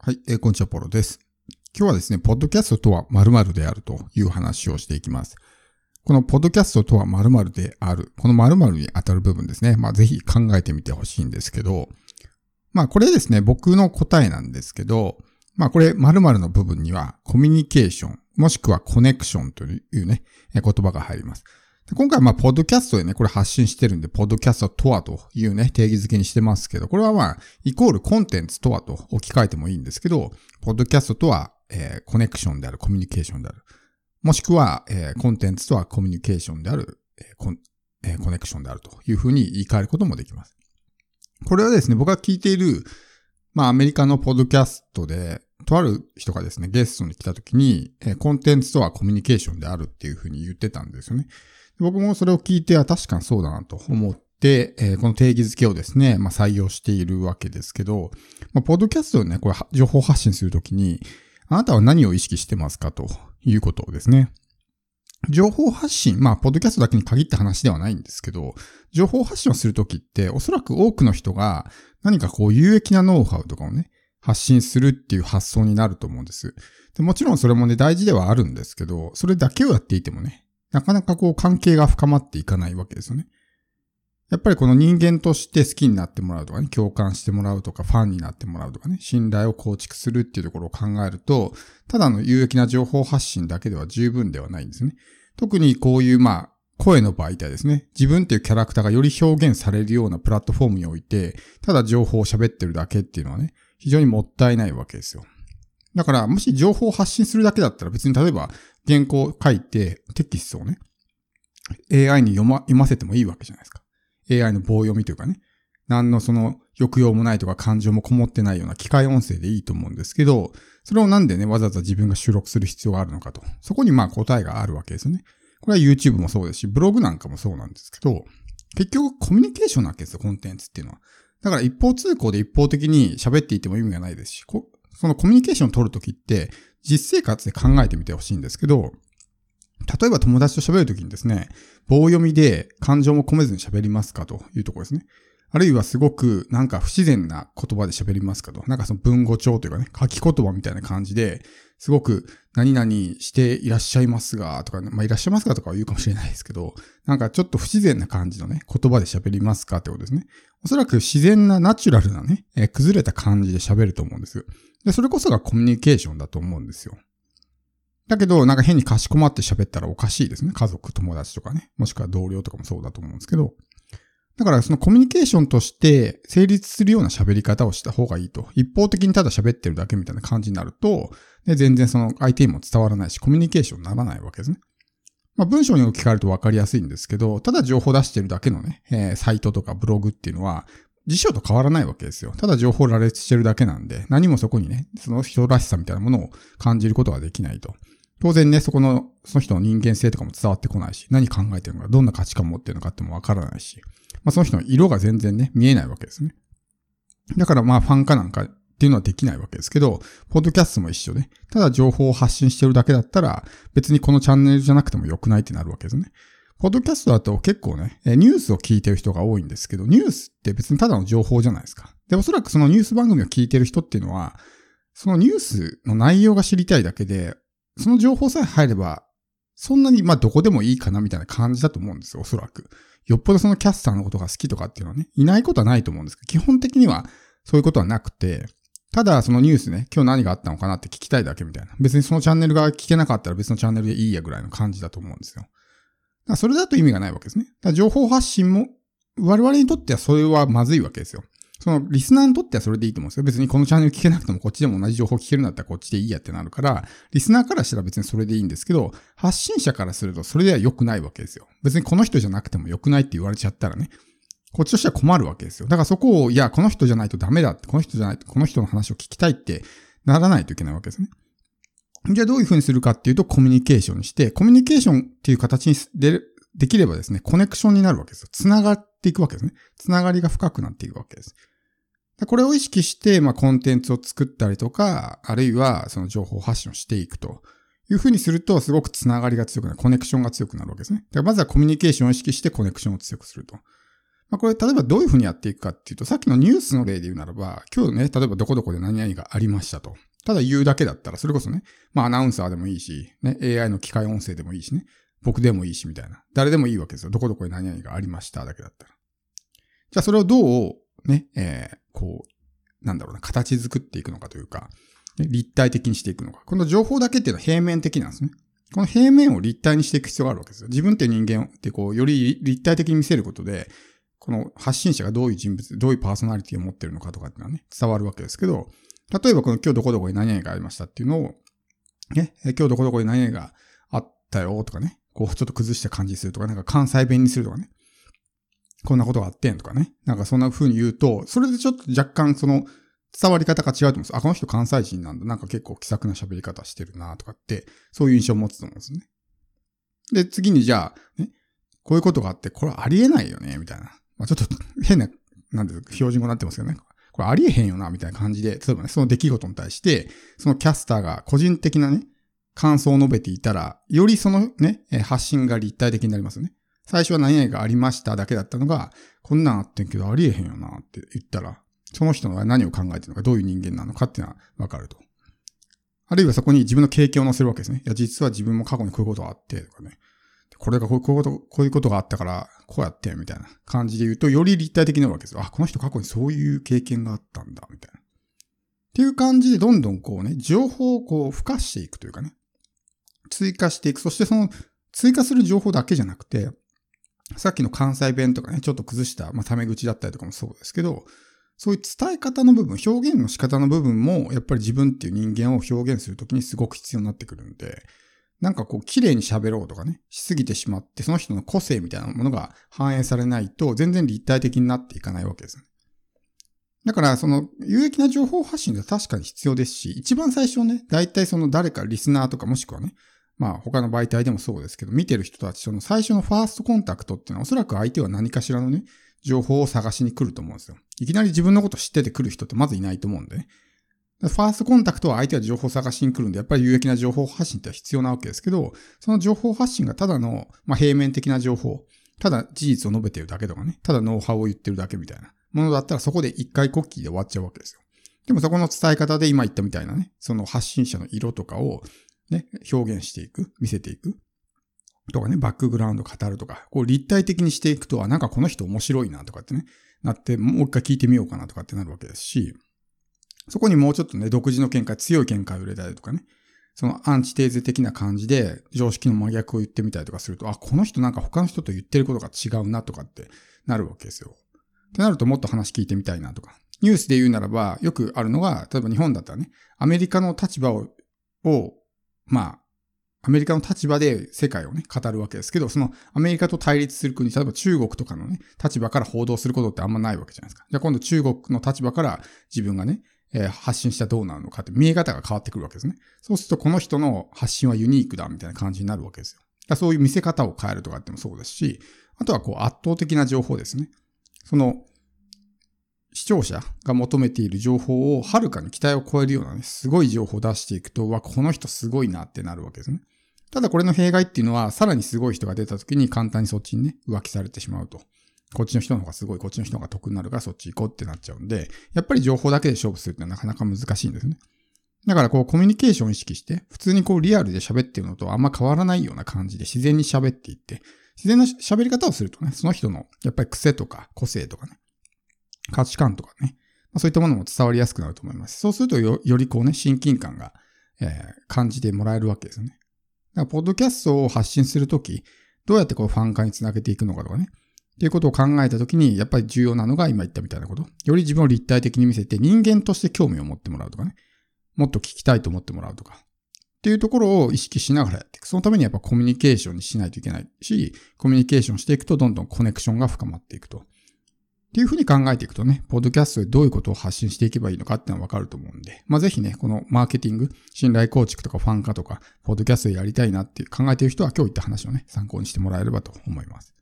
はい、こんにちは、ポロです。今日はですね、ポッドキャストとは〇〇であるという話をしていきます。このポッドキャストとは〇〇である、この〇〇に当たる部分ですね。ぜひ考えてみてほしいんですけど、これですね、僕の答えなんですけど、これ〇〇の部分にはコミュニケーション、もしくはコネクションというね、言葉が入ります。今回はポッドキャストでね、これ発信してるんで、ポッドキャストとはというね、定義づけにしてますけど、これはイコールコンテンツとはと置き換えてもいいんですけど、ポッドキャストとは、コネクションである、コミュニケーションである。もしくは、コンテンツとはコミュニケーションである、コネクションであるというふうに言い換えることもできます。これはですね、僕が聞いている、アメリカのポッドキャストで、とある人がですね、ゲストに来た時に、コンテンツとはコミュニケーションであるっていうふうに言ってたんですよね。僕もそれを聞いて、確かにそうだなと思って、この定義づけをですね、採用しているわけですけど、ポッドキャストでね、これ情報発信するときに、あなたは何を意識してますかということをですね。情報発信、ポッドキャストだけに限った話ではないんですけど、情報発信をするときって、おそらく多くの人が何か有益なノウハウとかをね、発信するっていう発想になると思うんです。でもちろんそれもね、大事ではあるんですけど、それだけをやっていてもね、なかなか関係が深まっていかないわけですよね。やっぱりこの人間として好きになってもらうとかね、共感してもらうとか、ファンになってもらうとかね、信頼を構築するっていうところを考えると、ただの有益な情報発信だけでは十分ではないんですね。特にこういう声の媒体ですね。自分っていうキャラクターがより表現されるようなプラットフォームにおいて、ただ情報を喋ってるだけっていうのはね、非常にもったいないわけですよ。だから、もし情報を発信するだけだったら別に例えば原稿を書いてテキストをね、AI に読ませてもいいわけじゃないですか。AI の棒読みというかね、何の抑揚もないとか感情もこもってないような機械音声でいいと思うんですけど、それをなんでね、わざわざ自分が収録する必要があるのかと。そこに答えがあるわけですよね。これは YouTube もそうですし、ブログなんかもそうなんですけど、結局コミュニケーションなわけですよ、コンテンツっていうのは。だから一方通行で一方的に喋っていても意味がないですし、そのコミュニケーションを取るときって、実生活で考えてみてほしいんですけど、例えば友達と喋るときにですね、棒読みで感情も込めずに喋りますかというところですね。あるいはすごく不自然な言葉で喋りますかと。その文語帳というかね、書き言葉みたいな感じで、すごく何々していらっしゃいますがとかね、いらっしゃいますがとかは言うかもしれないですけど、ちょっと不自然な感じのね、言葉で喋りますかってことですね。おそらく自然なナチュラルなね、崩れた感じで喋ると思うんです。で、それこそがコミュニケーションだと思うんですよ。だけど、変にかしこまって喋ったらおかしいですね。家族、友達とかね。もしくは同僚とかもそうだと思うんですけど。だからそのコミュニケーションとして成立するような喋り方をした方がいいと。一方的にただ喋ってるだけみたいな感じになると、全然その相手にも伝わらないし、コミュニケーションにならないわけですね。文章に置き換えると分かりやすいんですけど、ただ情報出してるだけのね、サイトとかブログっていうのは、辞書と変わらないわけですよ。ただ情報を羅列してるだけなんで、何もそこにね、その人らしさみたいなものを感じることができないと。当然ね、その人の人間性とかも伝わってこないし、何考えてるのか、どんな価値観を持ってるのかってもわからないし、その人の色が全然ね、見えないわけですね。だからファン化なんかっていうのはできないわけですけど、ポッドキャストも一緒で、ただ情報を発信してるだけだったら、別にこのチャンネルじゃなくても良くないってなるわけですね。ポッドキャストだと結構ね、ニュースを聞いてる人が多いんですけど、ニュースって別にただの情報じゃないですか。で、おそらくそのニュース番組を聞いてる人っていうのは、そのニュースの内容が知りたいだけで、その情報さえ入れば、そんなにどこでもいいかなみたいな感じだと思うんですよ、おそらく。よっぽどそのキャスターのことが好きとかっていうのはね、いないことはないと思うんですけど、基本的にはそういうことはなくて、ただそのニュースね、今日何があったのかなって聞きたいだけみたいな。別にそのチャンネルが聞けなかったら別のチャンネルでいいやぐらいの感じだと思うんですよ。だからそれだと意味がないわけですね。だから情報発信も、我々にとってはそれはまずいわけですよ。そのリスナーにとってはそれでいいと思うんですよ。別にこのチャンネル聞けなくてもこっちでも同じ情報聞けるんだったらこっちでいいやってなるから、リスナーからしたら別にそれでいいんですけど、発信者からするとそれでは良くないわけですよ。別にこの人じゃなくても良くないって言われちゃったらね、こっちとしては困るわけですよ。だからそこを、いや、この人じゃないとダメだって、この人じゃないと、この人の話を聞きたいってならないといけないわけですね。じゃあどういうふうにするかっていうとコミュニケーションにして、コミュニケーションっていう形にできればですね、コネクションになるわけですよ。つながっていくわけですね。つながりが深くなっていくわけです。これを意識して、コンテンツを作ったりとか、あるいはその情報発信をしていくというふうにすると、すごくつながりが強くなる、コネクションが強くなるわけですね。だからまずはコミュニケーションを意識してコネクションを強くすると。 これ例えばどういうふうにやっていくかっていうと、さっきのニュースの例で言うならば、今日ね、例えばどこどこで何々がありましたと。ただ言うだけだったら、それこそね、アナウンサーでもいいし、ね、AI の機械音声でもいいしね、僕でもいいしみたいな。誰でもいいわけですよ。どこどこで何々がありましただけだったら。じゃあそれをどう、ね、形作っていくのかというか、立体的にしていくのか。この情報だけっていうのは平面的なんですね。この平面を立体にしていく必要があるわけですよ。自分って人間ってより立体的に見せることで、この発信者がどういう人物、どういうパーソナリティを持っているのかとかっていうのはね、伝わるわけですけど、例えばこの今日どこどこで何々がありましたっていうのを、ね、今日どこどこで何々があったよとかね、ちょっと崩した感じにするとか、関西弁にするとかね、こんなことがあってんとかね、そんな風に言うと、それでちょっと若干伝わり方が違うと思うんです。この人関西人なんだ。結構気さくな喋り方してるなとかって、そういう印象を持つと思うんですね。で、次にじゃあ、ね、こういうことがあって、これありえないよね、みたいな。ちょっと変な、標準語になってますけどね。これありえへんよな、みたいな感じで、例えばね、その出来事に対して、そのキャスターが個人的なね、感想を述べていたら、よりそのね、発信が立体的になりますよね。最初は何々がありましただけだったのが、こんなんあってんけどありえへんよなって言ったら、その人が何を考えてるのか、どういう人間なのかっていうのはわかると。あるいはそこに自分の経験を載せるわけですね。いや、実は自分も過去にこういうことがあって、とかね。これがこういうことがあったから、こうやって、みたいな感じで言うと、より立体的になるわけですよ。この人過去にそういう経験があったんだ、みたいな。っていう感じで、どんどん情報を付加していくというかね。追加していく。そして追加する情報だけじゃなくて、さっきの関西弁とかね、ちょっと崩した、タメ口だったりとかもそうですけど、そういう伝え方の部分、表現の仕方の部分も、やっぱり自分っていう人間を表現するときにすごく必要になってくるんで、綺麗に喋ろうとかね、しすぎてしまって、その人の個性みたいなものが反映されないと、全然立体的になっていかないわけですよね。だから、有益な情報発信が確かに必要ですし、一番最初ね、大体誰かリスナーとかもしくはね、他の媒体でもそうですけど、見てる人たち、最初のファーストコンタクトっていうのは、おそらく相手は何かしらのね、情報を探しに来ると思うんですよ。いきなり自分のこと知ってて来る人ってまずいないと思うんでね。ファーストコンタクトは相手は情報を探しに来るんで、やっぱり有益な情報発信って必要なわけですけど、その情報発信がただの、平面的な情報、ただ事実を述べてるだけとかね、ただノウハウを言ってるだけみたいなものだったらそこで一回コッキーで終わっちゃうわけですよ。でもそこの伝え方で今言ったみたいなね、その発信者の色とかをね、表現していく、見せていく。とかね、バックグラウンド語るとか、立体的にしていくと、この人面白いなとかってね、なって、もう一回聞いてみようかなとかってなるわけですし、そこにもうちょっとね、独自の見解、強い見解を入れたりとかね、そのアンチテーゼ的な感じで、常識の真逆を言ってみたりとかすると、この人他の人と言ってることが違うなとかってなるわけですよ。ってなるともっと話聞いてみたいなとか。ニュースで言うならば、よくあるのが、例えば日本だったらね、アメリカの立場をアメリカの立場で世界をね、語るわけですけど、そのアメリカと対立する国、例えば中国とかのね、立場から報道することってあんまないわけじゃないですか。じゃあ今度中国の立場から自分がね、発信したらどうなるのかって見え方が変わってくるわけですね。そうするとこの人の発信はユニークだみたいな感じになるわけですよ。そういう見せ方を変えるとかってもそうですし、あとは圧倒的な情報ですね。視聴者が求めている情報をはるかに期待を超えるようなね、すごい情報を出していくと、この人すごいなってなるわけですね。ただこれの弊害っていうのは、さらにすごい人が出た時に簡単にそっちにね、浮気されてしまうと。こっちの人の方がすごい、こっちの人の方が得になるからそっち行こうってなっちゃうんで、やっぱり情報だけで勝負するってのはなかなか難しいんですね。だからコミュニケーションを意識して、普通にリアルで喋ってるのとあんま変わらないような感じで自然に喋っていって、自然な喋り方をするとね、その人のやっぱり癖とか個性とかね、価値観とかね、そういったものも伝わりやすくなると思います。そうするとより親近感が、感じてもらえるわけですよね。だからポッドキャストを発信するとき、どうやってファン化につなげていくのかとかね。っていうことを考えたときに、やっぱり重要なのが今言ったみたいなこと。より自分を立体的に見せて人間として興味を持ってもらうとかね。もっと聞きたいと思ってもらうとか。っていうところを意識しながらやっていく。そのためにやっぱコミュニケーションにしないといけないし、コミュニケーションしていくとどんどんコネクションが深まっていくと。っていうふうに考えていくとね、ポッドキャストでどういうことを発信していけばいいのかっていうのはわかると思うんで、ぜひね、このマーケティング、信頼構築とかファン化とか、ポッドキャストでやりたいなって考えている人は今日言った話をね、参考にしてもらえればと思います。